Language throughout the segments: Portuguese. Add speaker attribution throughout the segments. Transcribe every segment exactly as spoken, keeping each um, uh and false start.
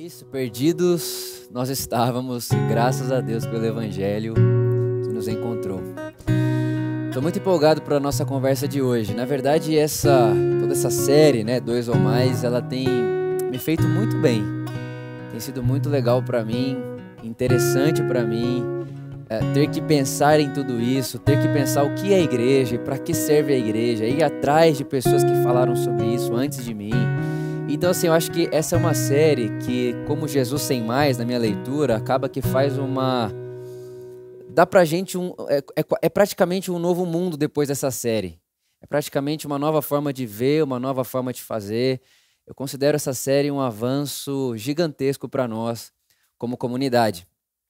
Speaker 1: isso, perdidos nós estávamos, e graças a Deus pelo Evangelho que nos encontrou. Estou muito empolgado para a nossa conversa de hoje. Na verdade, essa, toda essa série, né, Dois ou Mais, ela tem me feito muito bem. Tem sido muito legal para mim, interessante para mim, é, ter que pensar em tudo isso, ter que pensar o que é a igreja, para que serve a igreja, ir atrás de pessoas que falaram sobre isso antes de mim. Então, assim, eu acho que essa é uma série que, como Jesus Sem Mais, na minha leitura, acaba que faz uma... Dá pra gente um... É, é, é praticamente um novo mundo depois dessa série. É praticamente uma nova forma de ver, uma nova forma de fazer. Eu considero essa série um avanço gigantesco para nós, como comunidade.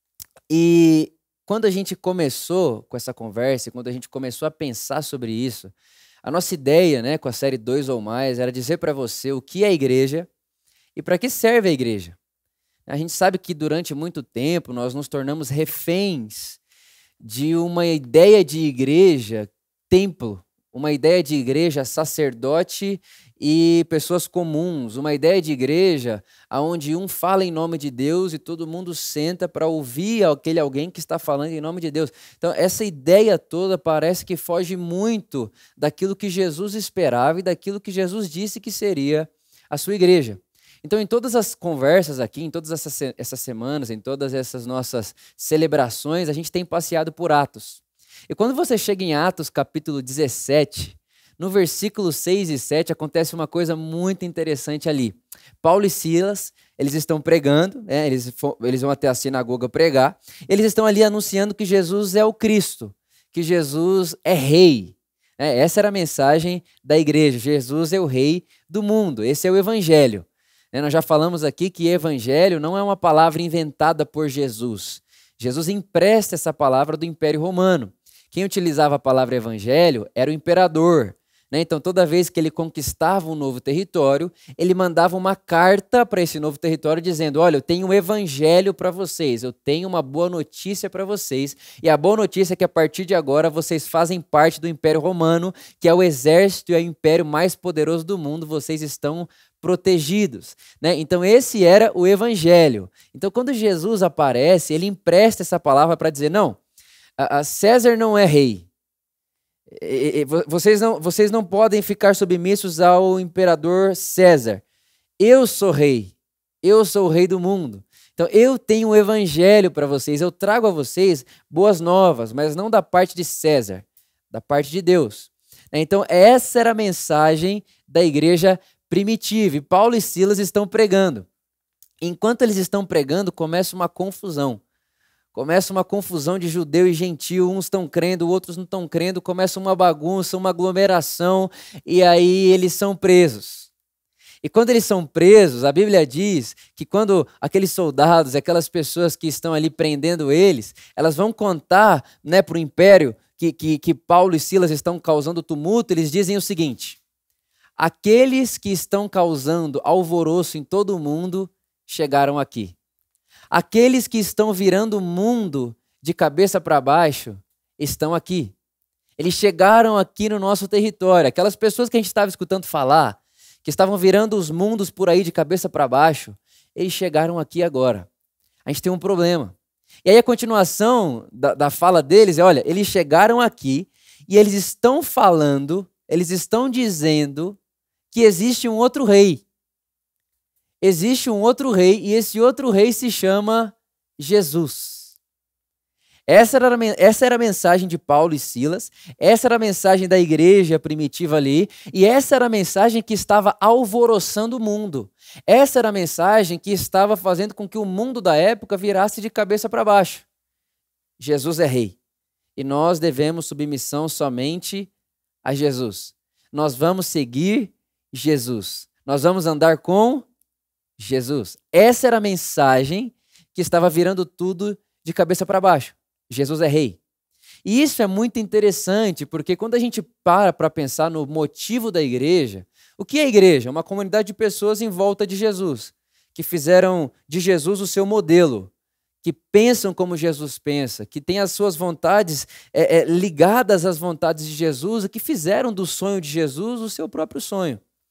Speaker 1: E quando a gente começou com essa conversa, quando a gente começou a pensar sobre isso, a nossa ideia, né, com a série Dois ou Mais, era dizer para você o que é a igreja e para que serve a igreja. A gente sabe que durante muito tempo nós nos tornamos reféns de uma ideia de igreja templo, uma ideia de igreja sacerdote e pessoas comuns, uma ideia de igreja onde um fala em nome de Deus e todo mundo senta para ouvir aquele alguém que está falando em nome de Deus. Então, essa ideia toda parece que foge muito daquilo que Jesus esperava e daquilo que Jesus disse que seria a sua igreja. Então, em todas as conversas aqui, em todas essas, essas semanas, em todas essas nossas celebrações, a gente tem passeado por Atos. E quando você chega em Atos capítulo dezessete, no versículo seis e sete, acontece uma coisa muito interessante ali. Paulo e Silas, eles estão pregando, né? eles, eles vão até a sinagoga pregar, eles estão ali anunciando que Jesus é o Cristo, que Jesus é rei. Né? Essa era a mensagem da igreja, Jesus é o rei do mundo, esse é o evangelho. Né? Nós já falamos aqui que evangelho não é uma palavra inventada por Jesus. Jesus empresta essa palavra do Império Romano. Quem utilizava a palavra evangelho era o imperador. Né? Então, toda vez que ele conquistava um novo território, ele mandava uma carta para esse novo território dizendo: olha, eu tenho um evangelho para vocês, eu tenho uma boa notícia para vocês, e a boa notícia é que a partir de agora vocês fazem parte do Império Romano, que é o exército e é o império mais poderoso do mundo, vocês estão protegidos. Né? Então, esse era o evangelho. Então, quando Jesus aparece, ele empresta essa palavra para dizer: não, a, a César não é rei. Vocês não, vocês não podem ficar submissos ao imperador César. Eu sou rei. Eu sou o rei do mundo. Então, eu tenho um evangelho para vocês. Eu trago a vocês boas novas, mas não da parte de César, da parte de Deus. Então, essa era a mensagem da igreja primitiva. E Paulo e Silas estão pregando. Enquanto eles estão pregando, começa uma confusão. Começa uma confusão de judeu e gentil, uns estão crendo, outros não estão crendo, começa uma bagunça, uma aglomeração, e aí eles são presos. E quando eles são presos, a Bíblia diz que quando aqueles soldados, aquelas pessoas que estão ali prendendo eles, elas vão contar, né, para o império que, que, que Paulo e Silas estão causando tumulto, eles dizem o seguinte: aqueles que estão causando alvoroço em todo o mundo chegaram aqui. Aqueles que estão virando o mundo de cabeça para baixo estão aqui. Eles chegaram aqui no nosso território. Aquelas pessoas que a gente estava escutando falar, que estavam virando os mundos por aí de cabeça para baixo, eles chegaram aqui agora. A gente tem um problema. E aí a continuação da, da fala deles é: olha, eles chegaram aqui e eles estão falando, eles estão dizendo que existe um outro rei. Existe um outro rei e esse outro rei se chama Jesus. Essa era, a, essa era a mensagem de Paulo e Silas, essa era a mensagem da igreja primitiva ali, e essa era a mensagem que estava alvoroçando o mundo. Essa era a mensagem que estava fazendo com que o mundo da época virasse de cabeça para baixo. Jesus é rei e nós devemos submissão somente a Jesus. Nós vamos seguir Jesus. Nós vamos andar com Jesus. Essa era a mensagem que estava virando tudo de cabeça para baixo. Jesus é rei. E isso é muito interessante, porque quando a gente para para pensar no motivo da igreja, o que é a igreja? Uma comunidade de pessoas em volta de Jesus, que fizeram de Jesus o seu modelo, que pensam como Jesus pensa, que têm as suas vontades é, é, ligadas às vontades de Jesus, e que fizeram do sonho de Jesus o seu próprio sonho.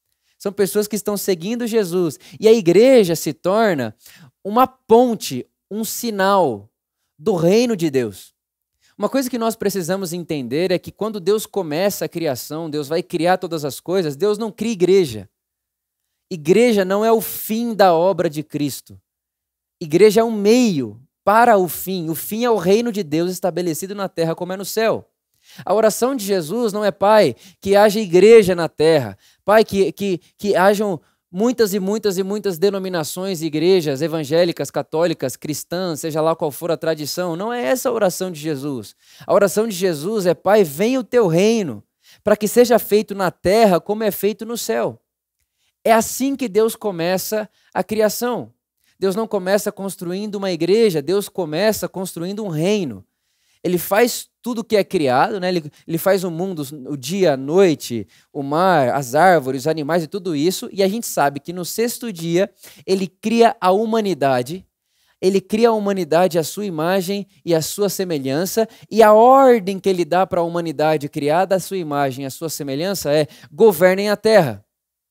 Speaker 1: São pessoas que estão seguindo Jesus. E a igreja se torna uma ponte, um sinal do reino de Deus. Uma coisa que nós precisamos entender é que quando Deus começa a criação, Deus vai criar todas as coisas, Deus não cria igreja. Igreja não é o fim da obra de Cristo. Igreja é um meio para o fim. O fim é o reino de Deus estabelecido na terra como é no céu. A oração de Jesus não é, Pai, que haja igreja na terra. Pai, que, que, que hajam muitas e muitas e muitas denominações, igrejas evangélicas, católicas, cristãs, seja lá qual for a tradição. Não é essa a oração de Jesus. A oração de Jesus é, Pai, venha o teu reino, para que seja feito na terra como é feito no céu. É assim que Deus começa a criação. Deus não começa construindo uma igreja, Deus começa construindo um reino. Ele faz tudo que é criado, né? ele, ele faz o mundo, o dia, a noite, o mar, as árvores, os animais e tudo isso, e a gente sabe que no sexto dia ele cria a humanidade, ele cria a humanidade à sua imagem e à sua semelhança, e a ordem que ele dá para a humanidade criada à sua imagem e à sua semelhança é: governem a terra,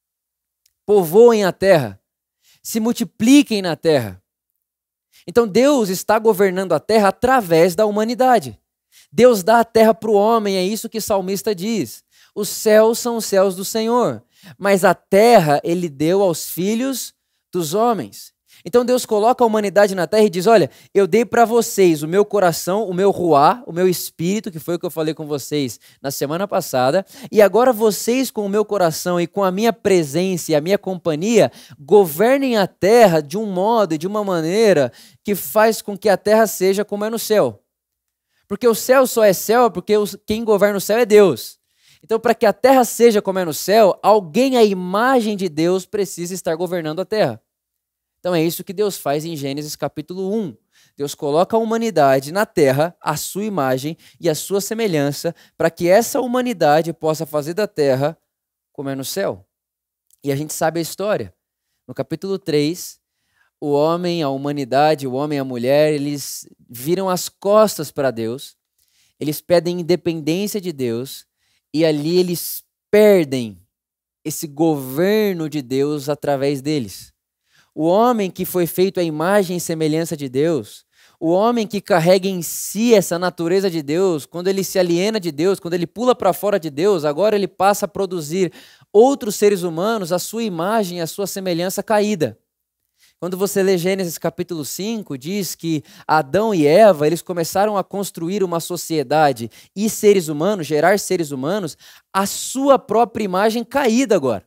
Speaker 1: povoem a terra, se multipliquem na terra. Então Deus está governando a terra através da humanidade. Deus dá a terra para o homem, é isso que o salmista diz. Os céus são os céus do Senhor, mas a terra ele deu aos filhos dos homens. Então Deus coloca a humanidade na terra e diz: olha, eu dei para vocês o meu coração, o meu ruá, o meu espírito, que foi o que eu falei com vocês na semana passada, e agora vocês com o meu coração e com a minha presença e a minha companhia, governem a terra de um modo e de uma maneira que faz com que a terra seja como é no céu. Porque o céu só é céu porque quem governa o céu é Deus. Então, para que a terra seja como é no céu, alguém à imagem de Deus precisa estar governando a terra. Então é isso que Deus faz em Gênesis capítulo um. Deus coloca a humanidade na terra, à sua imagem e à sua semelhança, para que essa humanidade possa fazer da terra como é no céu. E a gente sabe a história. No capítulo três, o homem, a humanidade, o homem e a mulher, eles viram as costas para Deus, eles pedem independência de Deus, e ali eles perdem esse governo de Deus através deles. O homem que foi feito à imagem e semelhança de Deus, o homem que carrega em si essa natureza de Deus, quando ele se aliena de Deus, quando ele pula para fora de Deus, agora ele passa a produzir outros seres humanos à sua imagem e à sua semelhança caída. Quando você lê Gênesis capítulo cinco, diz que Adão e Eva, eles começaram a construir uma sociedade e seres humanos, gerar seres humanos, à sua própria imagem caída agora.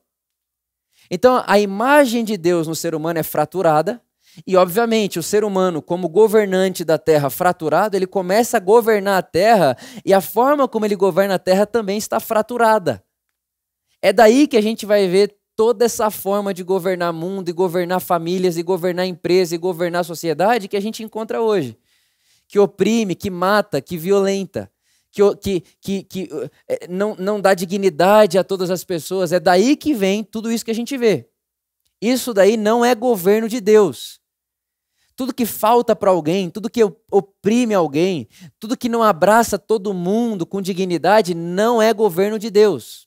Speaker 1: Então, a imagem de Deus no ser humano é fraturada e, obviamente, o ser humano, como governante da terra fraturado, ele começa a governar a terra e a forma como ele governa a terra também está fraturada. É daí que a gente vai ver toda essa forma de governar mundo e governar famílias e governar empresa e governar a sociedade que a gente encontra hoje. Que oprime, que mata, que violenta. Que, que, que, que não, não dá dignidade a todas as pessoas. É daí que vem tudo isso que a gente vê. Isso daí não é governo de Deus. Tudo que falta para alguém, tudo que oprime alguém, tudo que não abraça todo mundo com dignidade, não é governo de Deus.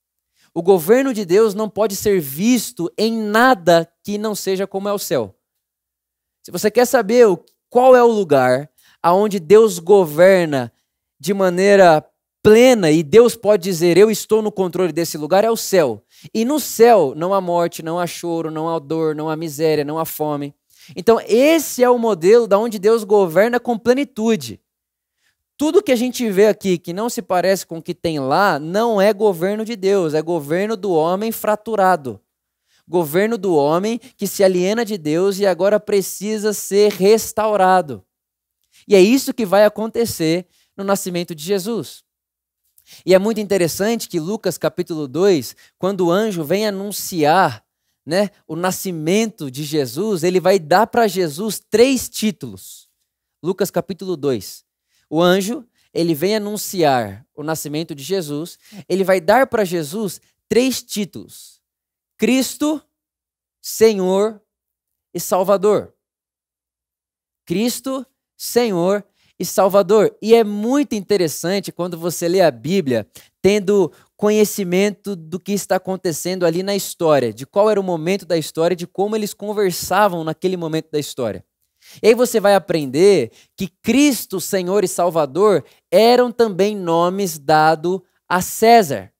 Speaker 1: O governo de Deus não pode ser visto em nada que não seja como é o céu. Se você quer saber qual é o lugar aonde Deus governa de maneira plena, e Deus pode dizer, eu estou no controle desse lugar, é o céu. E no céu não há morte, não há choro, não há dor, não há miséria, não há fome. Então esse é o modelo da onde Deus governa com plenitude. Tudo que a gente vê aqui que não se parece com o que tem lá, não é governo de Deus, é governo do homem fraturado. Governo do homem que se aliena de Deus e agora precisa ser restaurado. E é isso que vai acontecer no nascimento de Jesus. E é muito interessante que Lucas capítulo dois, quando o anjo vem anunciar, né, o nascimento de Jesus, ele vai dar para Jesus três títulos. Lucas capítulo dois. O anjo, ele vem anunciar o nascimento de Jesus, ele vai dar para Jesus três títulos: Cristo, Senhor e Salvador. Cristo, Senhor e Salvador. E é muito interessante quando você lê a Bíblia, tendo conhecimento do que está acontecendo ali na história, de qual era o momento da história, de como eles conversavam naquele momento da história. E aí você vai aprender que Cristo, Senhor e Salvador, eram também nomes dados a César.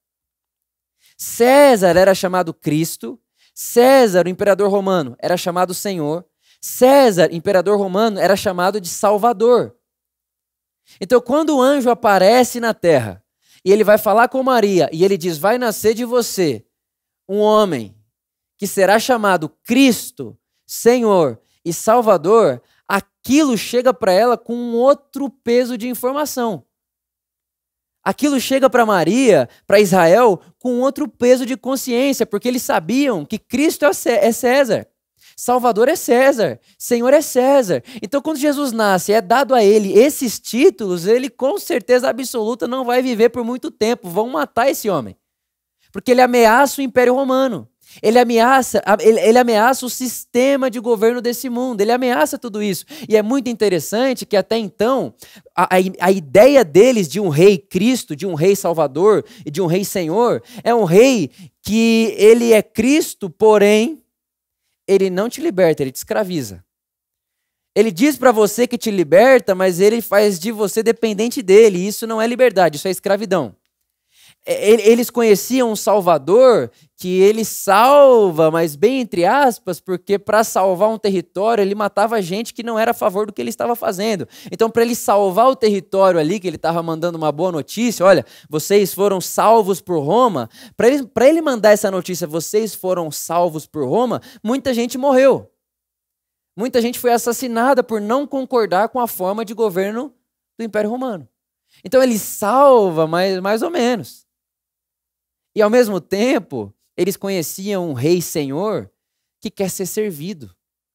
Speaker 1: César era chamado Cristo, César, o imperador romano, era chamado Senhor, César, imperador romano, era chamado de Salvador. Então, quando o anjo aparece na terra e ele vai falar com Maria e ele diz: vai nascer de você um homem que será chamado Cristo, Senhor e Salvador, aquilo chega para ela com um outro peso de informação. Aquilo chega para Maria, para Israel, com outro peso de consciência, porque eles sabiam que Cristo é César, Salvador é César, Senhor é César. Então, quando Jesus nasce, é dado a ele esses títulos, ele com certeza absoluta não vai viver por muito tempo. Vão matar esse homem, porque ele ameaça o Império Romano. Ele ameaça, ele, ele ameaça o sistema de governo desse mundo, ele ameaça tudo isso. E é muito interessante que até então, a, a, a ideia deles de um rei Cristo, de um rei Salvador e de um rei Senhor, é um rei que ele é Cristo, porém, ele não te liberta, ele te escraviza. Ele diz para você que te liberta, mas ele faz de você dependente dele. Isso não é liberdade, isso é escravidão. Eles conheciam um Salvador que ele salva, mas bem entre aspas, porque para salvar um território ele matava gente que não era a favor do que ele estava fazendo. Então, para ele salvar o território ali, que ele estava mandando uma boa notícia, olha, vocês foram salvos por Roma, para ele, para ele mandar essa notícia, vocês foram salvos por Roma, muita gente morreu. Muita gente foi assassinada por não concordar com a forma de governo do Império Romano. Então ele salva mais, mais ou menos. E ao mesmo tempo, eles conheciam um rei senhor que quer ser servido.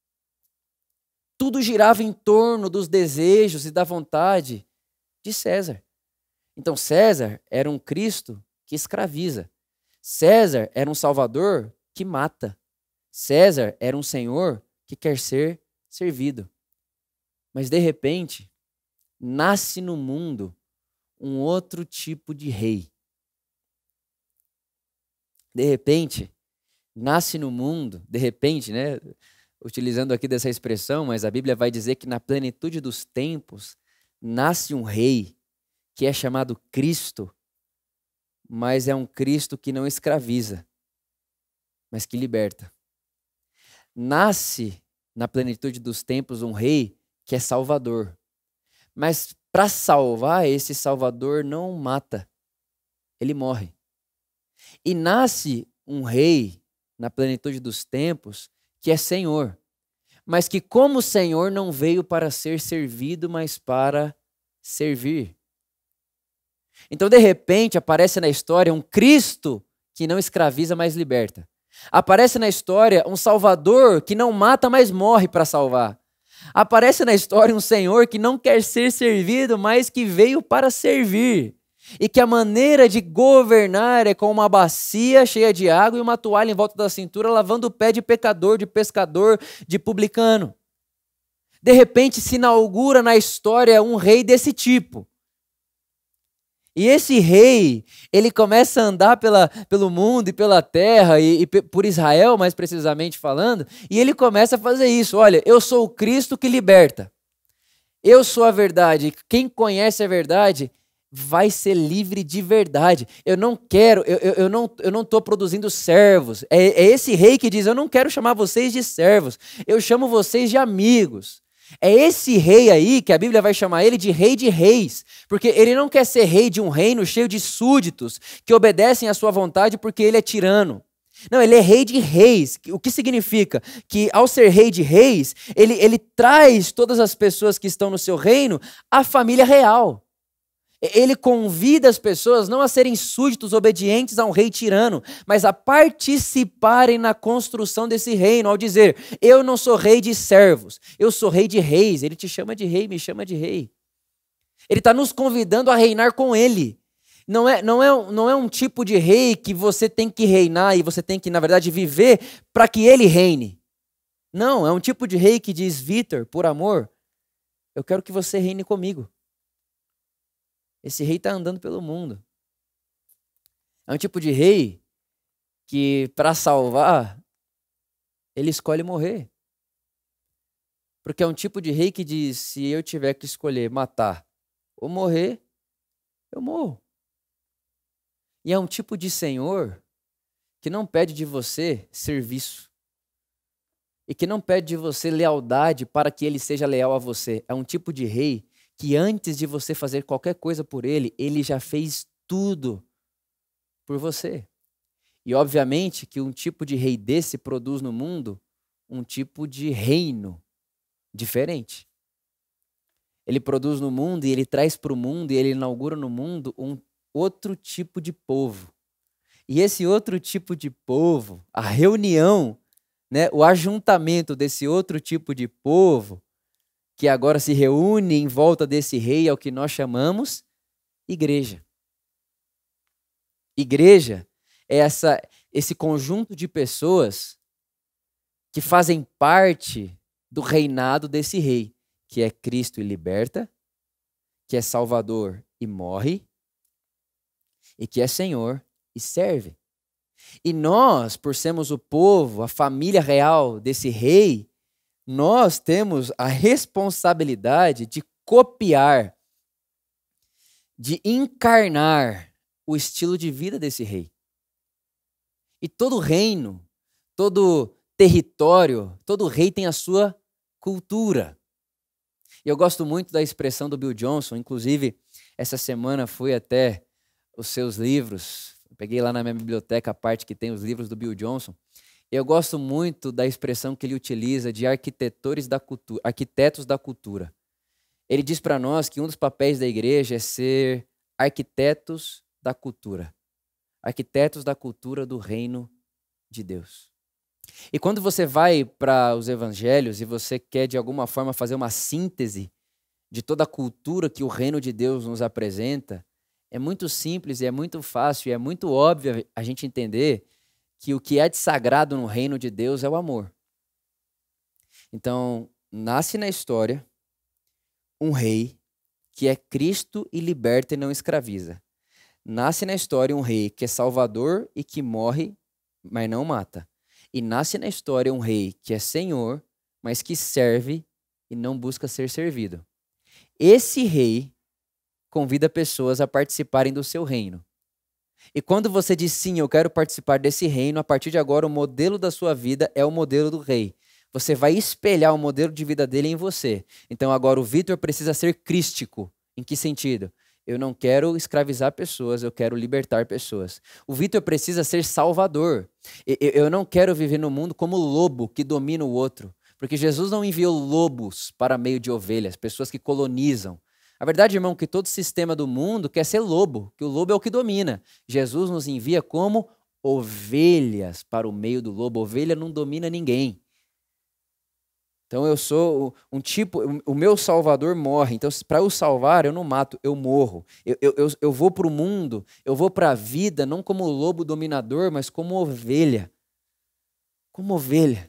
Speaker 1: Tudo girava em torno dos desejos e da vontade de César. Então César era um Cristo que escraviza. César era um Salvador que mata. César era um senhor que quer ser servido. Mas de repente, nasce no mundo um outro tipo de rei. De repente, nasce no mundo, de repente, né, utilizando aqui dessa expressão, mas a Bíblia vai dizer que na plenitude dos tempos, nasce um rei que é chamado Cristo, mas é um Cristo que não escraviza, mas que liberta. Nasce na plenitude dos tempos um rei que é Salvador, mas para salvar, esse Salvador não mata, ele morre. E nasce um rei na plenitude dos tempos que é Senhor, mas que como Senhor não veio para ser servido, mas para servir. Então, de repente, aparece na história um Cristo que não escraviza, mas liberta. Aparece na história um Salvador que não mata, mas morre para salvar. Aparece na história um Senhor que não quer ser servido, mas que veio para servir. E que a maneira de governar é com uma bacia cheia de água e uma toalha em volta da cintura, lavando o pé de pecador, de pescador, de publicano. De repente se inaugura na história um rei desse tipo. E esse rei, ele começa a andar pela, pelo mundo e pela terra, e, e por Israel, mais precisamente falando, e ele começa a fazer isso. Olha, eu sou o Cristo que liberta. Eu sou a verdade. Quem conhece a verdade vai ser livre de verdade. Eu não quero, eu, eu, eu não eu não estou produzindo servos. É, é esse rei que diz, eu não quero chamar vocês de servos, eu chamo vocês de amigos. É esse rei aí que a Bíblia vai chamar ele de rei de reis, porque ele não quer ser rei de um reino cheio de súditos que obedecem à sua vontade porque ele é tirano. Não, ele é rei de reis, o que significa que ao ser rei de reis, ele, ele traz todas as pessoas que estão no seu reino à família real. Ele convida as pessoas não a serem súditos obedientes a um rei tirano, mas a participarem na construção desse reino, ao dizer, eu não sou rei de servos, eu sou rei de reis. Ele te chama de rei, me chama de rei. Ele está nos convidando a reinar com ele. Não é, não, é, não é um tipo de rei que você tem que reinar e você tem que, na verdade, viver para que ele reine. Não, é um tipo de rei que diz, Vitor, por amor, eu quero que você reine comigo. Esse rei está andando pelo mundo. É um tipo de rei que, para salvar, ele escolhe morrer. Porque é um tipo de rei que diz, se eu tiver que escolher matar ou morrer, eu morro. E é um tipo de senhor que não pede de você serviço. E que não pede de você lealdade para que ele seja leal a você. É um tipo de rei que antes de você fazer qualquer coisa por ele, ele já fez tudo por você. E obviamente que um tipo de rei desse produz no mundo um tipo de reino diferente. Ele produz no mundo e ele traz para o mundo e ele inaugura no mundo um outro tipo de povo. E esse outro tipo de povo, a reunião, né, o ajuntamento desse outro tipo de povo, que agora se reúne em volta desse rei, é o que nós chamamos igreja. Igreja é essa, esse conjunto de pessoas que fazem parte do reinado desse rei, que é Cristo e liberta, que é Salvador e morre, e que é Senhor e serve. E nós, por sermos o povo, a família real desse rei, nós temos a responsabilidade de copiar, de encarnar o estilo de vida desse rei. E todo reino, todo território, todo rei tem a sua cultura. E eu gosto muito da expressão do Bill Johnson, inclusive essa semana fui até os seus livros, peguei lá na minha biblioteca a parte que tem os livros do Bill Johnson. Eu gosto muito da expressão que ele utiliza de arquitetores da cultura, arquitetos da cultura. Ele diz para nós que um dos papéis da igreja é ser arquitetos da cultura. Arquitetos da cultura do reino de Deus. E quando você vai para os evangelhos e você quer de alguma forma fazer uma síntese de toda a cultura que o reino de Deus nos apresenta, é muito simples e é muito fácil e é muito óbvio a gente entender que o que é de sagrado no reino de Deus é o amor. Então, nasce na história um rei que é Cristo e liberta e não escraviza. Nasce na história um rei que é salvador e que morre, mas não mata. E nasce na história um rei que é senhor, mas que serve e não busca ser servido. Esse rei convida pessoas a participarem do seu reino. E quando você diz sim, eu quero participar desse reino, a partir de agora o modelo da sua vida é o modelo do rei. Você vai espelhar o modelo de vida dele em você. Então agora o Vitor precisa ser crístico. Em que sentido? Eu não quero escravizar pessoas, eu quero libertar pessoas. O Vitor precisa ser salvador. Eu não quero viver no mundo como lobo que domina o outro. Porque Jesus não enviou lobos para meio de ovelhas, pessoas que colonizam. A verdade, irmão, que todo sistema do mundo quer ser lobo, que o lobo é o que domina. Jesus nos envia como ovelhas para o meio do lobo. Ovelha não domina ninguém. Então eu sou um tipo, o meu salvador morre. Então para eu salvar, eu não mato, eu morro. Eu, eu, eu, eu vou para o mundo, eu vou para a vida, não como lobo dominador, mas como ovelha. Como ovelha.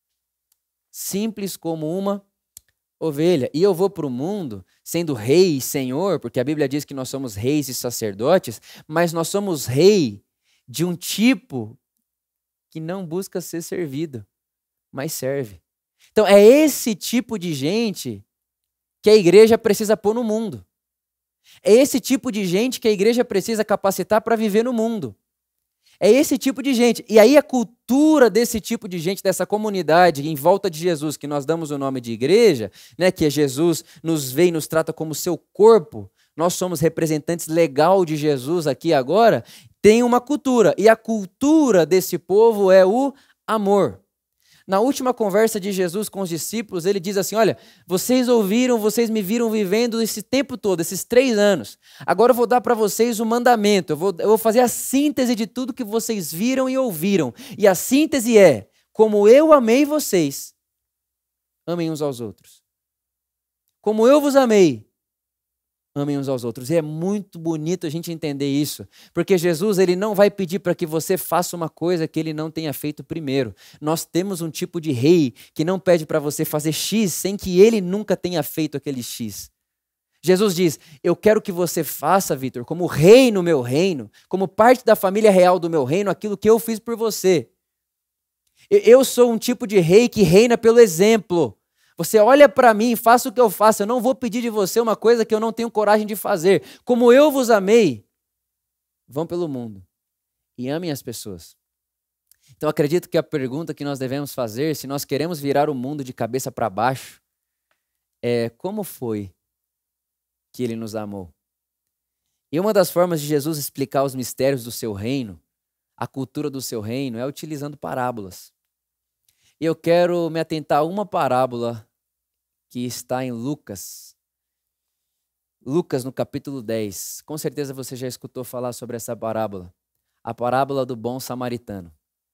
Speaker 1: Simples como uma ovelha. E eu vou para o mundo sendo rei e senhor, porque a Bíblia diz que nós somos reis e sacerdotes, mas nós somos rei de um tipo que não busca ser servido, mas serve. Então é esse tipo de gente que a igreja precisa pôr no mundo. É esse tipo de gente que a igreja precisa capacitar para viver no mundo. É esse tipo de gente. E aí a cultura desse tipo de gente, dessa comunidade em volta de Jesus, que nós damos o nome de igreja, né, que é Jesus nos vê e nos trata como seu corpo, nós somos representantes legal de Jesus aqui agora, tem uma cultura. E a cultura desse povo é o amor. Na última conversa de Jesus com os discípulos, ele diz assim, olha, vocês ouviram, vocês me viram vivendo esse tempo todo, esses três anos. Agora eu vou dar para vocês o mandamento, eu vou, eu vou fazer a síntese de tudo que vocês viram e ouviram. E a síntese é, como eu amei vocês, amem uns aos outros. Como eu vos amei, amem uns aos outros. E é muito bonito a gente entender isso, porque Jesus ele não vai pedir para que você faça uma coisa que ele não tenha feito primeiro. Nós temos um tipo de rei que não pede para você fazer X sem que ele nunca tenha feito aquele X. Jesus diz, eu quero que você faça, Vitor, como rei no meu reino, como parte da família real do meu reino, aquilo que eu fiz por você. Eu sou um tipo de rei que reina pelo exemplo. Você olha para mim, faça o que eu faço, eu não vou pedir de você uma coisa que eu não tenho coragem de fazer. Como eu vos amei, vão pelo mundo e amem as pessoas. Então acredito que a pergunta que nós devemos fazer, se nós queremos virar o mundo de cabeça para baixo, é como foi que ele nos amou? E uma das formas de Jesus explicar os mistérios do seu reino, a cultura do seu reino, é utilizando parábolas. E eu quero me atentar a uma parábola que está em Lucas. Lucas, no capítulo dez. Com certeza você já escutou falar sobre essa parábola. A parábola do bom samaritano.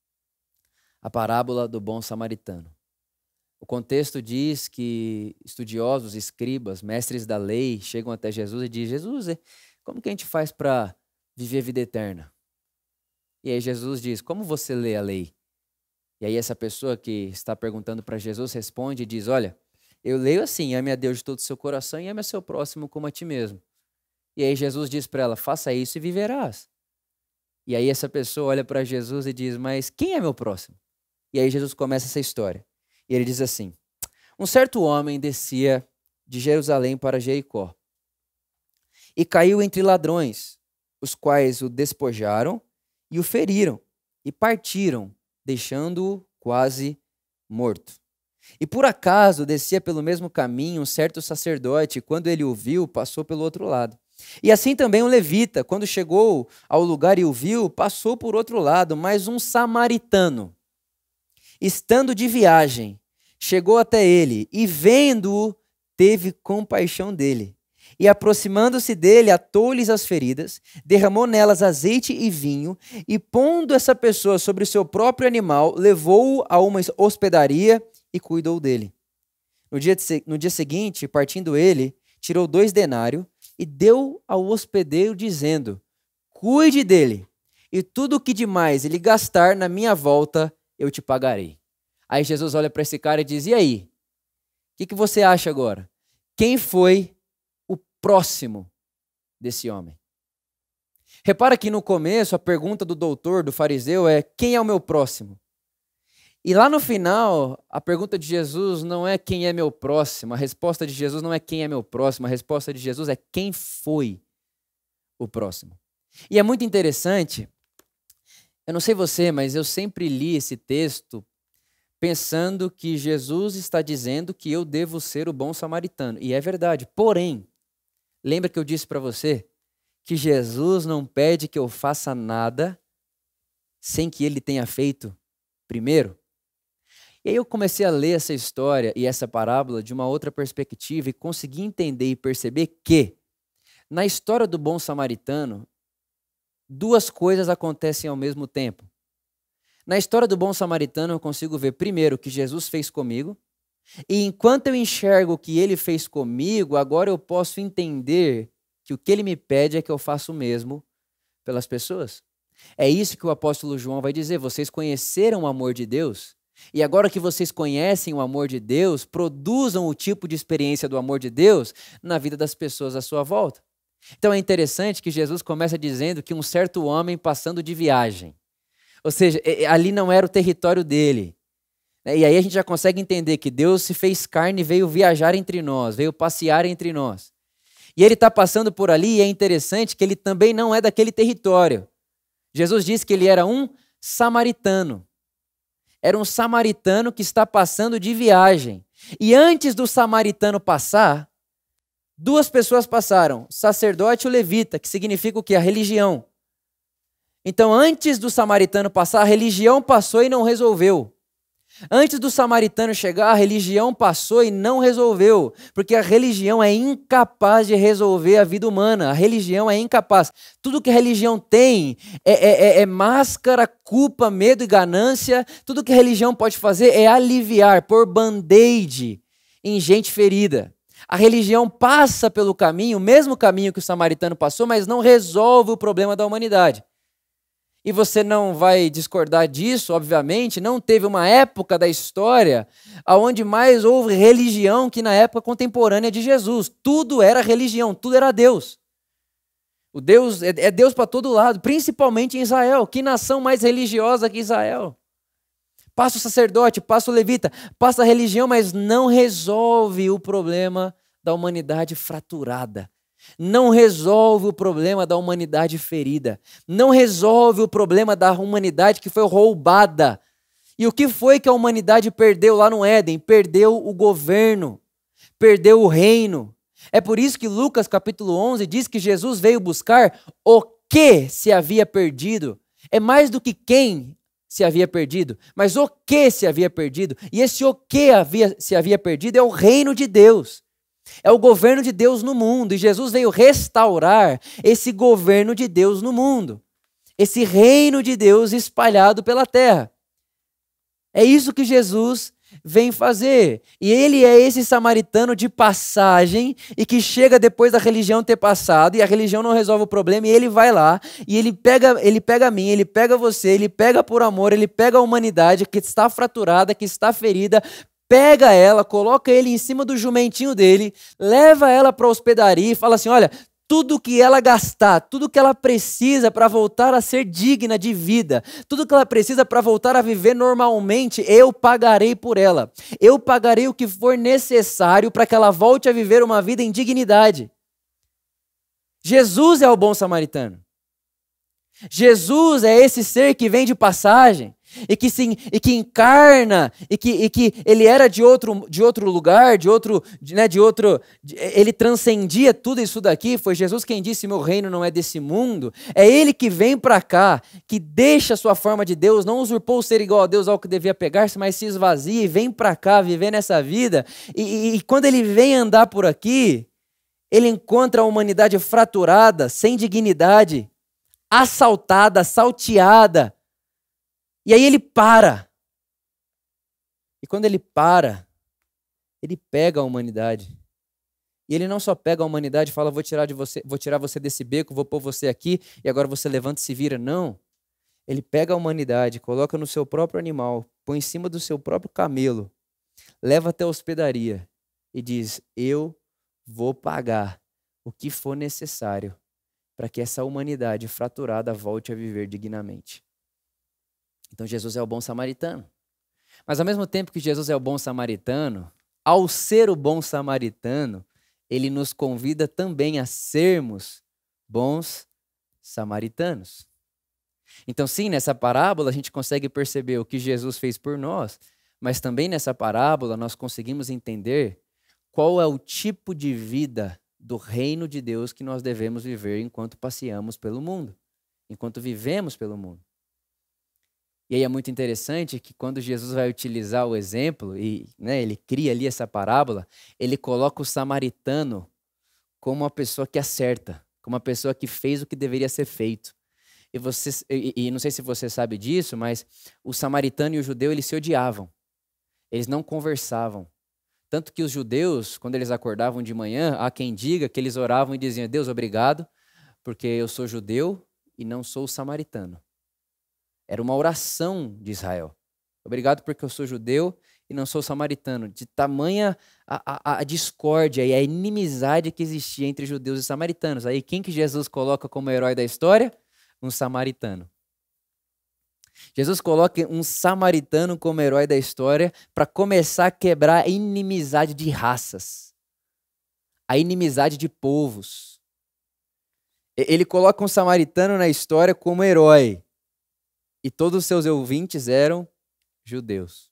Speaker 1: A parábola do bom samaritano. O contexto diz que estudiosos, escribas, mestres da lei chegam até Jesus e dizem, Jesus, como que a gente faz para viver a vida eterna? E aí Jesus diz, como você lê a lei? E aí essa pessoa que está perguntando para Jesus responde e diz, olha, eu leio assim, ame a Deus de todo o seu coração e ame a seu próximo como a ti mesmo. E aí Jesus diz para ela, faça isso e viverás. E aí essa pessoa olha para Jesus e diz, mas quem é meu próximo? E aí Jesus começa essa história. E ele diz assim, um certo homem descia de Jerusalém para Jericó e caiu entre ladrões, os quais o despojaram e o feriram e partiram, deixando-o quase morto. E por acaso descia pelo mesmo caminho um certo sacerdote, e quando ele o viu, passou pelo outro lado. E assim também um levita, quando chegou ao lugar e o viu, passou por outro lado, mas um samaritano, estando de viagem, chegou até ele e, vendo-o, teve compaixão dele. E, aproximando-se dele, atou-lhes as feridas, derramou nelas azeite e vinho, e, pondo essa pessoa sobre o seu próprio animal, levou-o a uma hospedaria e cuidou dele. No dia, de, no dia seguinte, partindo ele, tirou dois denários e deu ao hospedeiro, dizendo, cuide dele, e tudo o que demais ele gastar na minha volta, eu te pagarei. Aí Jesus olha para esse cara e diz, e aí? O que, que você acha agora? Quem foi o próximo desse homem? Repara que no começo a pergunta do doutor, do fariseu é, quem é o meu próximo? E lá no final, a pergunta de Jesus não é quem é meu próximo, a resposta de Jesus não é quem é meu próximo, a resposta de Jesus é quem foi o próximo. E é muito interessante, eu não sei você, mas eu sempre li esse texto pensando que Jesus está dizendo que eu devo ser o bom samaritano. E é verdade. Porém, lembra que eu disse para você que Jesus não pede que eu faça nada sem que ele tenha feito primeiro? E aí eu comecei a ler essa história e essa parábola de uma outra perspectiva e consegui entender e perceber que, na história do bom samaritano, duas coisas acontecem ao mesmo tempo. Na história do bom samaritano, eu consigo ver, primeiro, o que Jesus fez comigo, e enquanto eu enxergo o que ele fez comigo, agora eu posso entender que o que ele me pede é que eu faça o mesmo pelas pessoas. É isso que o apóstolo João vai dizer, vocês conheceram o amor de Deus, e agora que vocês conhecem o amor de Deus, produzam o tipo de experiência do amor de Deus na vida das pessoas à sua volta. Então é interessante que Jesus começa dizendo que um certo homem passando de viagem, ou seja, ali não era o território dele. E aí a gente já consegue entender que Deus se fez carne e veio viajar entre nós, veio passear entre nós. E ele está passando por ali e é interessante que ele também não é daquele território. Jesus disse que ele era um samaritano. Era um samaritano que está passando de viagem. E antes do samaritano passar, duas pessoas passaram, o sacerdote e o levita, que significa o quê? A religião. Então, antes do samaritano passar, a religião passou e não resolveu. Antes do samaritano chegar, a religião passou e não resolveu, porque a religião é incapaz de resolver a vida humana. A religião é incapaz. Tudo que a religião tem é, é, é máscara, culpa, medo e ganância. Tudo que a religião pode fazer é aliviar, pôr band-aid em gente ferida. A religião passa pelo caminho, o mesmo caminho que o samaritano passou, mas não resolve o problema da humanidade. e você não vai discordar disso, obviamente, não teve uma época da história onde mais houve religião que na época contemporânea de Jesus. Tudo era religião, tudo era Deus. O Deus é, é Deus para todo lado, principalmente em Israel. Que nação mais religiosa que Israel? Passa o sacerdote, passa o levita, passa a religião, mas não resolve o problema da humanidade fraturada. Não resolve o problema da humanidade ferida. Não resolve o problema da humanidade que foi roubada. E o que foi que a humanidade perdeu lá no Éden? Perdeu o governo, perdeu o reino. É por isso que Lucas capítulo onze diz que Jesus veio buscar o que se havia perdido. É mais do que quem se havia perdido, mas o que se havia perdido. E esse o que havia, se havia perdido é o reino de Deus. É o governo de Deus no mundo. E Jesus veio restaurar esse governo de Deus no mundo. Esse reino de Deus espalhado pela terra. É isso que Jesus vem fazer. E ele é esse samaritano de passagem e que chega depois da religião ter passado e a religião não resolve o problema e ele vai lá e ele pega, ele pega a mim, ele pega você, ele pega por amor, ele pega a humanidade que está fraturada, que está ferida, pega ela, coloca ele em cima do jumentinho dele, leva ela para a hospedaria e fala assim, olha, tudo que ela gastar, tudo que ela precisa para voltar a ser digna de vida, tudo que ela precisa para voltar a viver normalmente, eu pagarei por ela. Eu pagarei o que for necessário para que ela volte a viver uma vida em dignidade. Jesus é o bom samaritano. Jesus é esse ser que vem de passagem e que, sim, e que encarna e que, e que ele era de outro, de outro lugar, de outro, de, né, de outro, de, ele transcendia tudo isso daqui. Foi Jesus quem disse, meu reino não é desse mundo. É ele que vem para cá, que deixa a sua forma de Deus, não usurpou o ser igual a Deus ao que devia pegar-se, mas se esvazia e vem para cá viver nessa vida. E, e, e quando ele vem andar por aqui, ele encontra a humanidade fraturada, sem dignidade, assaltada, salteada. E aí ele para. E quando ele para, ele pega a humanidade. E ele não só pega a humanidade e fala, vou tirar de você, vou tirar você desse beco, vou pôr você aqui, e agora você levanta e se vira. Não. Ele pega a humanidade, coloca no seu próprio animal, põe em cima do seu próprio camelo, leva até a hospedaria e diz, eu vou pagar o que for necessário para que essa humanidade fraturada volte a viver dignamente. Então Jesus é o bom samaritano. Mas ao mesmo tempo que Jesus é o bom samaritano, ao ser o bom samaritano, ele nos convida também a sermos bons samaritanos. Então sim, nessa parábola a gente consegue perceber o que Jesus fez por nós, mas também nessa parábola nós conseguimos entender qual é o tipo de vida do reino de Deus que nós devemos viver enquanto passeamos pelo mundo, enquanto vivemos pelo mundo. E aí é muito interessante que quando Jesus vai utilizar o exemplo, e né, ele cria ali essa parábola, ele coloca o samaritano como uma pessoa que acerta, como uma pessoa que fez o que deveria ser feito. E, você, e, e não sei se você sabe disso, mas o samaritano e o judeu, eles se odiavam. Eles não conversavam. Tanto que os judeus, quando eles acordavam de manhã, há quem diga que eles oravam e diziam, Deus, obrigado, porque eu sou judeu e não sou samaritano. Era uma oração de Israel. Obrigado porque eu sou judeu e não sou samaritano. De tamanha a, a, a discórdia e a inimizade que existia entre judeus e samaritanos. Aí quem que Jesus coloca como herói da história? Um samaritano. Jesus coloca um samaritano como herói da história para começar a quebrar a inimizade de raças. A inimizade de povos. Ele coloca um samaritano na história como herói. E todos os seus ouvintes eram judeus.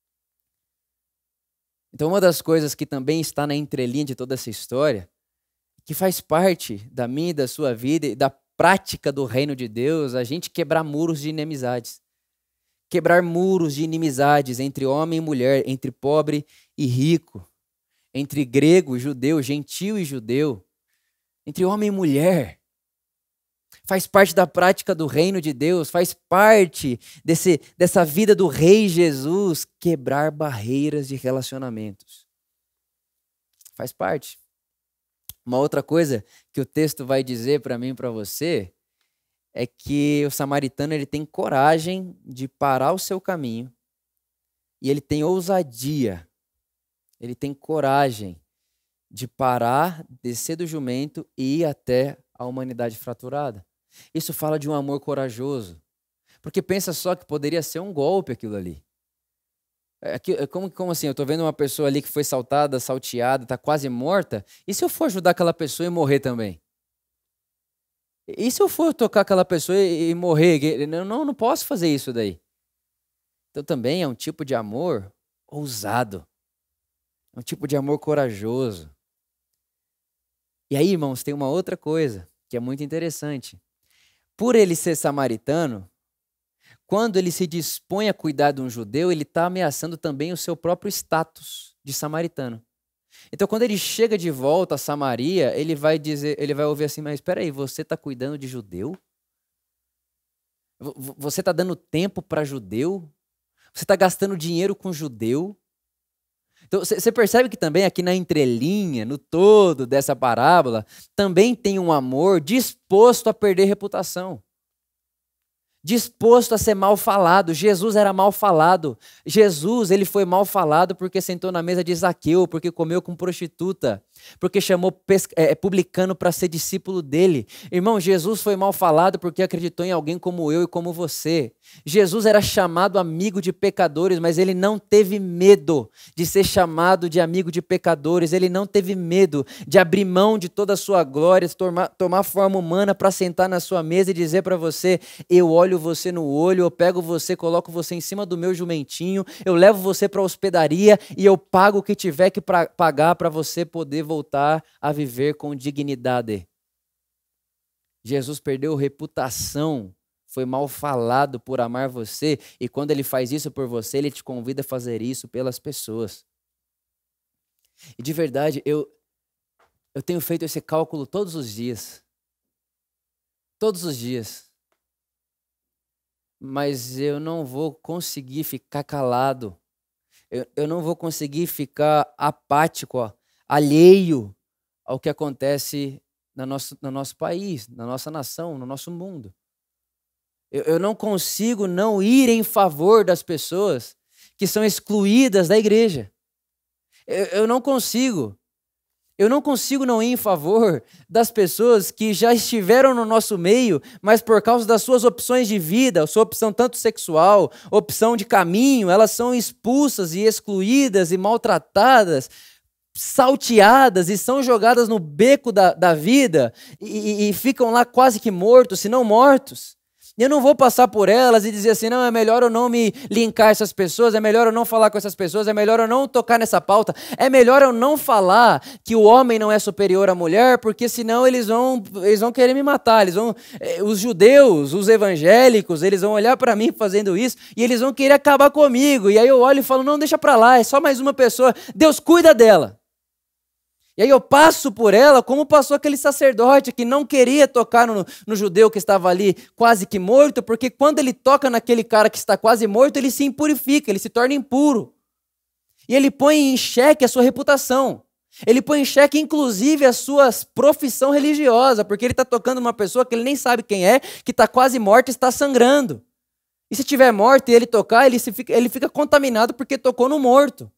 Speaker 1: Então, uma das coisas que também está na entrelinha de toda essa história, que faz parte da minha e da sua vida e da prática do reino de Deus, a gente quebrar muros de inimizades. Quebrar muros de inimizades entre homem e mulher, entre pobre e rico, entre grego e judeu, gentil e judeu, entre homem e mulher. Faz parte da prática do reino de Deus, faz parte desse, dessa vida do Rei Jesus, quebrar barreiras de relacionamentos. Faz parte. Uma outra coisa que o texto vai dizer para mim e para você é que o samaritano ele tem coragem de parar o seu caminho e ele tem ousadia, ele tem coragem de parar, descer do jumento e ir até a humanidade fraturada. Isso fala de um amor corajoso, porque pensa só que poderia ser um golpe aquilo ali. É que- é como, como assim? Eu estou vendo uma pessoa ali que foi saltada, salteada, está quase morta, e se eu for ajudar aquela pessoa e morrer também? E se eu for tocar aquela pessoa e, e morrer? Eu não, não posso fazer isso daí. Então também é um tipo de amor ousado, é um tipo de amor corajoso. E aí, irmãos, tem uma outra coisa que é muito interessante. Por ele ser samaritano, quando ele se dispõe a cuidar de um judeu, ele está ameaçando também o seu próprio status de samaritano. Então, quando ele chega de volta a Samaria, ele vai dizer, ele vai ouvir assim: mas espera aí, você está cuidando de judeu? V- Você está dando tempo para judeu? Você está gastando dinheiro com judeu? Então, você percebe que também aqui na entrelinha, no todo dessa parábola, também tem um amor disposto a perder reputação. Disposto a ser mal falado. Jesus era mal falado. Jesus, ele foi mal falado porque sentou na mesa de Zaqueu, porque comeu com prostituta, porque chamou pesca, é, publicano para ser discípulo dele. Irmão, Jesus foi mal falado porque acreditou em alguém como eu e como você. Jesus era chamado amigo de pecadores, mas ele não teve medo de ser chamado de amigo de pecadores. Ele não teve medo de abrir mão de toda a sua glória, tomar, tomar forma humana para sentar na sua mesa e dizer para você: eu olho você no olho, eu pego você, coloco você em cima do meu jumentinho, eu levo você para a hospedaria e eu pago o que tiver que pra, pagar para você poder voltar a viver com dignidade. Jesus perdeu reputação, foi mal falado por amar você, e quando ele faz isso por você, ele te convida a fazer isso pelas pessoas. E de verdade, eu, eu tenho feito esse cálculo todos os dias. Todos os dias. Mas eu não vou conseguir ficar calado. Eu, eu não vou conseguir ficar apático, ó, alheio ao que acontece no nosso, no nosso país, na nossa nação, no nosso mundo. Eu, eu não consigo não ir em favor das pessoas que são excluídas da igreja. Eu, eu não consigo. Eu não consigo não ir em favor das pessoas que já estiveram no nosso meio, mas por causa das suas opções de vida, sua opção tanto sexual, opção de caminho, elas são expulsas e excluídas e maltratadas, salteadas e são jogadas no beco da, da vida e, e, e ficam lá quase que mortos, se não mortos. E eu não vou passar por elas e dizer assim: não, é melhor eu não me linkar a essas pessoas, é melhor eu não falar com essas pessoas, é melhor eu não tocar nessa pauta, é melhor eu não falar que o homem não é superior à mulher, porque senão eles vão, eles vão querer me matar, eles vão, os judeus, os evangélicos, eles vão olhar para mim fazendo isso e eles vão querer acabar comigo. E aí eu olho e falo: não, deixa para lá, é só mais uma pessoa, Deus cuida dela. E aí eu passo por ela como passou aquele sacerdote que não queria tocar no, no judeu que estava ali quase que morto, porque quando ele toca naquele cara que está quase morto, ele se impurifica, ele se torna impuro. E ele põe em xeque a sua reputação. Ele põe em xeque, inclusive, a sua profissão religiosa, porque ele está tocando uma pessoa que ele nem sabe quem é, que está quase morta e está sangrando. E se tiver morto e ele tocar, ele, se fica, ele fica contaminado porque tocou no morto.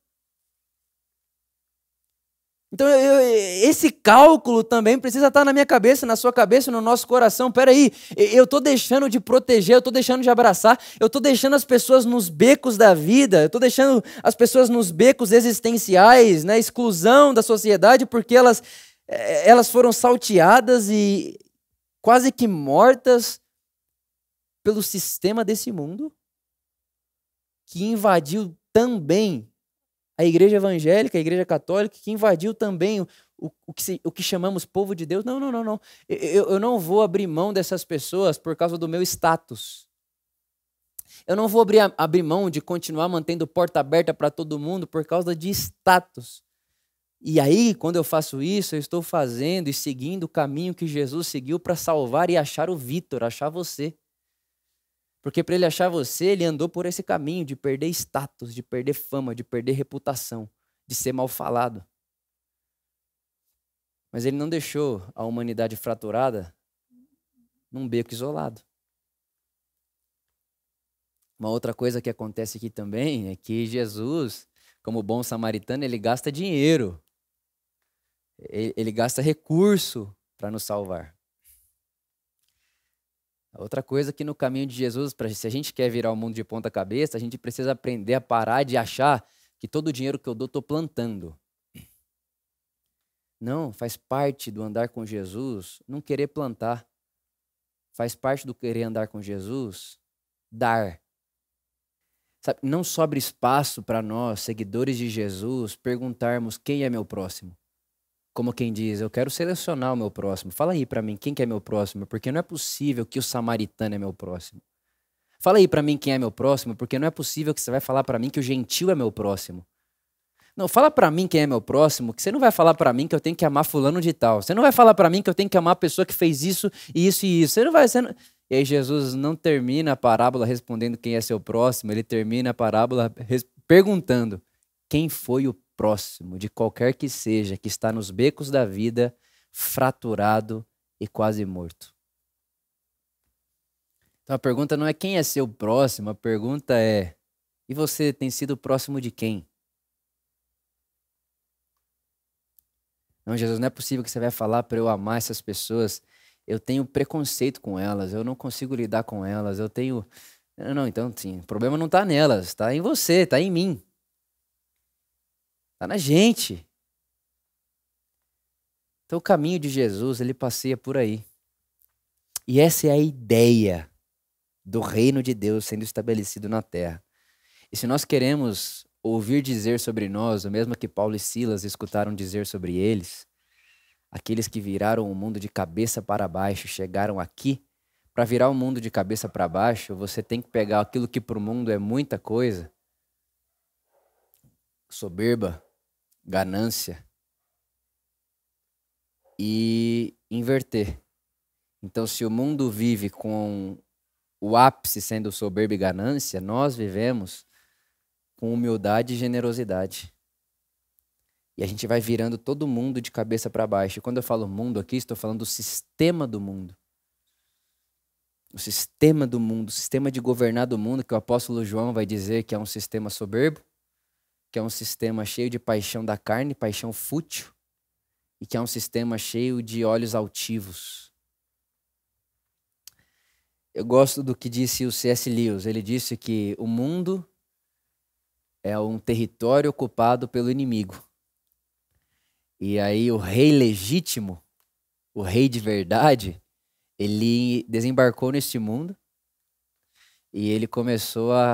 Speaker 1: Então, eu, esse cálculo também precisa estar na minha cabeça, na sua cabeça, no nosso coração. Peraí, eu estou deixando de proteger, eu estou deixando de abraçar, eu estou deixando as pessoas nos becos da vida, eu estou deixando as pessoas nos becos existenciais, na exclusão da sociedade, porque elas, elas foram salteadas e quase que mortas pelo sistema desse mundo, que invadiu também a igreja evangélica, a igreja católica, que invadiu também o, o, o, que, se, o que chamamos povo de Deus. Não, não, não, não. Eu, eu não vou abrir mão dessas pessoas por causa do meu status. Eu não vou abrir, abrir mão de continuar mantendo porta aberta para todo mundo por causa de status. E aí, quando eu faço isso, eu estou fazendo e seguindo o caminho que Jesus seguiu para salvar e achar o Vitor, achar você. Porque para ele achar você, ele andou por esse caminho de perder status, de perder fama, de perder reputação, de ser mal falado. Mas ele não deixou a humanidade fraturada num beco isolado. Uma outra coisa que acontece aqui também é que Jesus, como bom samaritano, ele gasta dinheiro. Ele, ele gasta recurso para nos salvar. Outra coisa que no caminho de Jesus, pra, se a gente quer virar o mundo de ponta cabeça, a gente precisa aprender a parar de achar que todo o dinheiro que eu dou, estou plantando. Não, faz parte do andar com Jesus não querer plantar. Faz parte do querer andar com Jesus dar. Sabe, não sobra espaço para nós, seguidores de Jesus, perguntarmos quem é meu próximo. Como quem diz, eu quero selecionar o meu próximo. Fala aí para mim quem que é meu próximo, porque não é possível que o samaritano é meu próximo. Fala aí para mim quem é meu próximo, porque não é possível que você vai falar para mim que o gentil é meu próximo. Não, fala para mim quem é meu próximo, que você não vai falar para mim que eu tenho que amar fulano de tal. Você não vai falar para mim que eu tenho que amar a pessoa que fez isso, isso e isso. Você não vai... Você não... E aí Jesus não termina a parábola respondendo quem é seu próximo, ele termina a parábola res... perguntando quem foi o próximo, de qualquer que seja, que está nos becos da vida, fraturado e quase morto. Então a pergunta não é quem é seu próximo, a pergunta é, e você tem sido próximo de quem? Não, Jesus, não é possível que você vai falar para eu amar essas pessoas. Eu tenho preconceito com elas, eu não consigo lidar com elas, eu tenho... Não, não, então sim, o problema não está nelas, está em você, está em mim. Está na gente. Então o caminho de Jesus, ele passeia por aí. E essa é a ideia do reino de Deus sendo estabelecido na terra. E se nós queremos ouvir dizer sobre nós, o mesmo que Paulo e Silas escutaram dizer sobre eles, aqueles que viraram o mundo de cabeça para baixo, chegaram aqui, para virar o mundo de cabeça para baixo, você tem que pegar aquilo que para o mundo é muita coisa, soberba, ganância, e inverter. Então, se o mundo vive com o ápice sendo soberba e ganância, nós vivemos com humildade e generosidade. E a gente vai virando todo mundo de cabeça para baixo. E quando eu falo mundo aqui, estou falando do sistema do mundo. O sistema do mundo, o sistema de governar do mundo, que o apóstolo João vai dizer que é um sistema soberbo, que é um sistema cheio de paixão da carne, paixão fútil, e que é um sistema cheio de olhos altivos. Eu gosto do que disse o C S Lewis. Ele disse que o mundo é um território ocupado pelo inimigo. E aí o rei legítimo, o rei de verdade, ele desembarcou neste mundo e ele começou a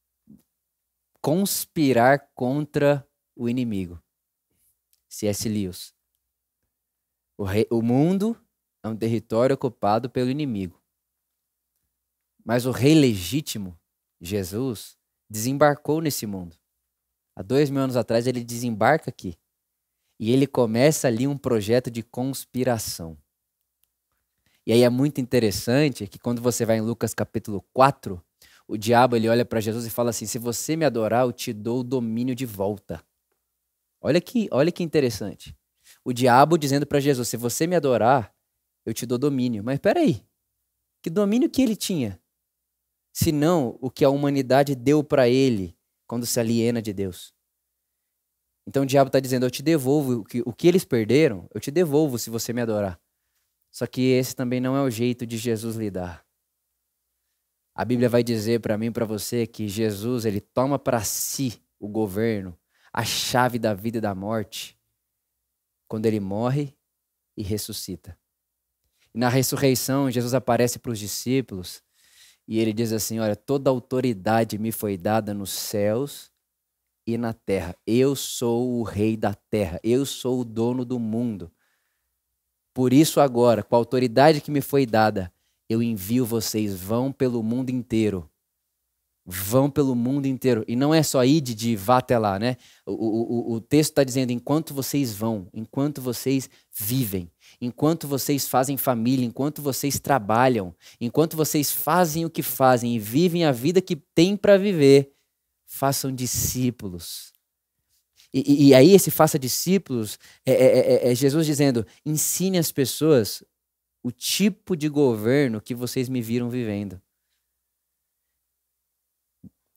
Speaker 1: conspirar contra o inimigo. C S Lewis. O, rei, o mundo é um território ocupado pelo inimigo. Mas o rei legítimo, Jesus, desembarcou nesse mundo. Há dois mil anos atrás ele desembarca aqui. E ele começa ali um projeto de conspiração. E aí é muito interessante que quando você vai em Lucas capítulo quatro, o diabo ele olha para Jesus e fala assim, se você me adorar, eu te dou o domínio de volta. Olha que, olha que interessante. O diabo dizendo para Jesus, se você me adorar, eu te dou domínio. Mas espera aí, que domínio que ele tinha? Se não o que a humanidade deu para ele quando se aliena de Deus. Então o diabo está dizendo, eu te devolvo o que, o que eles perderam, eu te devolvo se você me adorar. Só que esse também não é o jeito de Jesus lidar. A Bíblia vai dizer para mim e para você que Jesus ele toma para si o governo, a chave da vida e da morte, quando ele morre e ressuscita. E na ressurreição, Jesus aparece para os discípulos e ele diz assim, olha, toda autoridade me foi dada nos céus e na terra. Eu sou o rei da terra, eu sou o dono do mundo. Por isso agora, com a autoridade que me foi dada, eu envio vocês, vão pelo mundo inteiro. Vão pelo mundo inteiro. E não é só ir de, de vá até lá, né? O, o, o texto está dizendo, enquanto vocês vão, enquanto vocês vivem, enquanto vocês fazem família, enquanto vocês trabalham, enquanto vocês fazem o que fazem e vivem a vida que têm para viver, façam discípulos. E, e, e aí esse faça discípulos é, é, é, é Jesus dizendo, ensine as pessoas o tipo de governo que vocês me viram vivendo.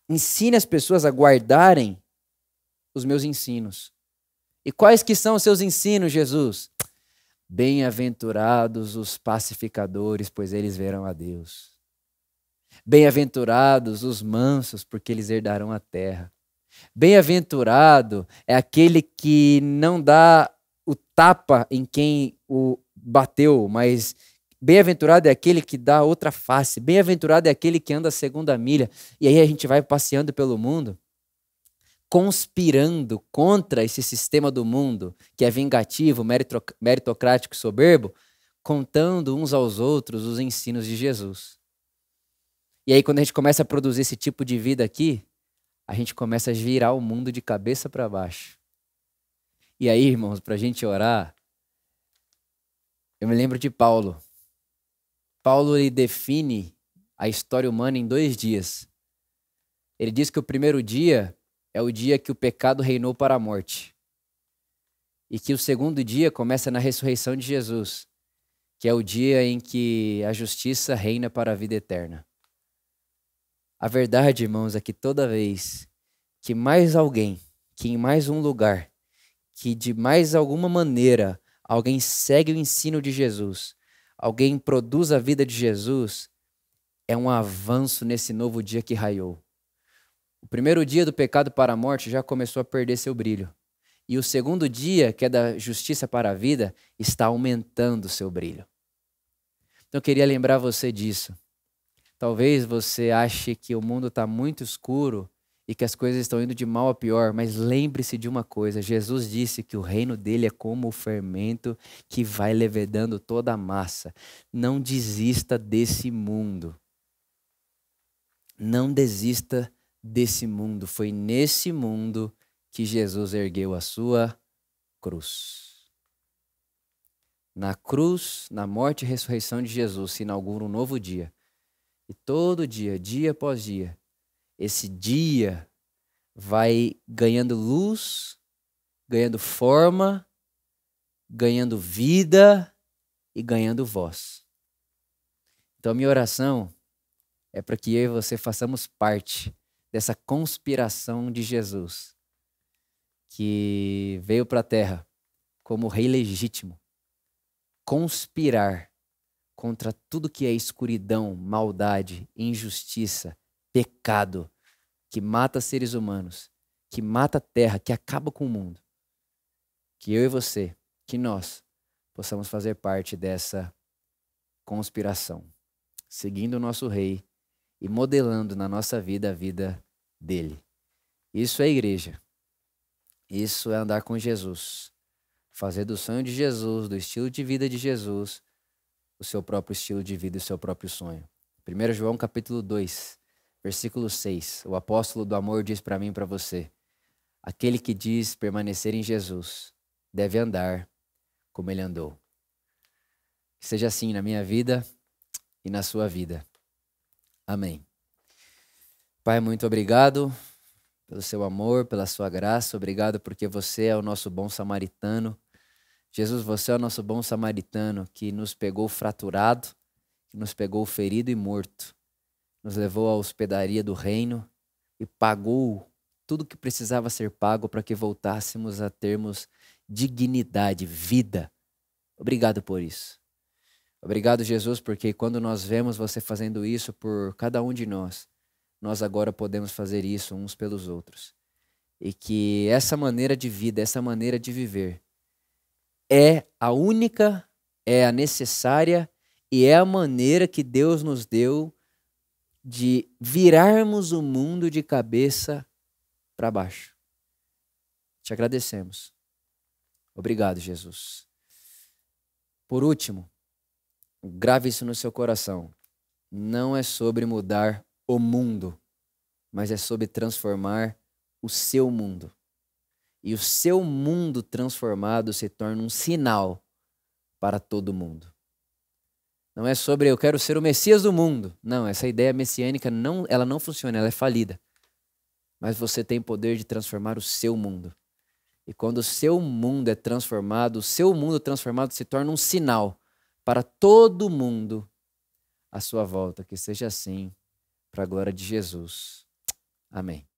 Speaker 1: ensine as pessoas a guardarem os meus ensinos. E quais que são os seus ensinos, Jesus? Bem-aventurados os pacificadores, pois eles verão a Deus. Bem-aventurados os mansos, porque eles herdarão a terra. Bem-aventurado é aquele que não dá o tapa em quem o bateu, mas bem-aventurado é aquele que dá outra face. Bem-aventurado é aquele que anda a segunda milha. E aí a gente vai passeando pelo mundo, conspirando contra esse sistema do mundo, que é vingativo, meritocrático e soberbo, contando uns aos outros os ensinos de Jesus. E aí quando a gente começa a produzir esse tipo de vida aqui, a gente começa a virar o mundo de cabeça para baixo. E aí, irmãos, para a gente orar, eu me lembro de Paulo. Paulo ele define a história humana em dois dias. Ele diz que o primeiro dia é o dia que o pecado reinou para a morte. E que o segundo dia começa na ressurreição de Jesus, que é o dia em que a justiça reina para a vida eterna. A verdade, irmãos, é que toda vez que mais alguém, que em mais um lugar, que de mais alguma maneira alguém segue o ensino de Jesus, alguém produz a vida de Jesus, é um avanço nesse novo dia que raiou. O primeiro dia do pecado para a morte já começou a perder seu brilho. E o segundo dia, que é da justiça para a vida, está aumentando seu brilho. Então eu queria lembrar você disso. Talvez você ache que o mundo está muito escuro e que as coisas estão indo de mal a pior, mas lembre-se de uma coisa, Jesus disse que o reino dele é como o fermento que vai levedando toda a massa. Não desista desse mundo. Não desista desse mundo. Foi nesse mundo que Jesus ergueu a sua cruz. Na cruz, na morte e ressurreição de Jesus, se inaugura um novo dia. E todo dia, dia após dia, esse dia vai ganhando luz, ganhando forma, ganhando vida e ganhando voz. Então a minha oração é para que eu e você façamos parte dessa conspiração de Jesus, que veio para a terra como rei legítimo, conspirar contra tudo que é escuridão, maldade, injustiça, pecado, que mata seres humanos, que mata a terra, que acaba com o mundo. Que eu e você, que nós, possamos fazer parte dessa conspiração, seguindo o nosso rei e modelando na nossa vida a vida dele. Isso é igreja. Isso é andar com Jesus. Fazer do sonho de Jesus, do estilo de vida de Jesus, o seu próprio estilo de vida e o seu próprio sonho. primeiro João capítulo dois, versículo seis. O apóstolo do amor diz para mim e para você: aquele que diz permanecer em Jesus deve andar como ele andou. Que seja assim na minha vida e na sua vida. Amém. Pai, muito obrigado pelo seu amor, pela sua graça. Obrigado porque você é o nosso bom samaritano. Jesus, você é o nosso bom samaritano que nos pegou fraturado, que nos pegou ferido e morto, nos levou à hospedaria do reino e pagou tudo que precisava ser pago para que voltássemos a termos dignidade, vida. Obrigado por isso. Obrigado, Jesus, porque quando nós vemos você fazendo isso por cada um de nós, nós agora podemos fazer isso uns pelos outros. E que essa maneira de vida, essa maneira de viver, é a única, é a necessária e é a maneira que Deus nos deu de virarmos o mundo de cabeça para baixo. Te agradecemos. Obrigado, Jesus. Por último, grave isso no seu coração. Não é sobre mudar o mundo, mas é sobre transformar o seu mundo. E o seu mundo transformado se torna um sinal para todo mundo. Não é sobre eu quero ser o Messias do mundo. Não, essa ideia messiânica não, ela não funciona, ela é falida. Mas você tem poder de transformar o seu mundo. E quando o seu mundo é transformado, o seu mundo transformado se torna um sinal para todo mundo à sua volta. Que seja assim, para a glória de Jesus. Amém.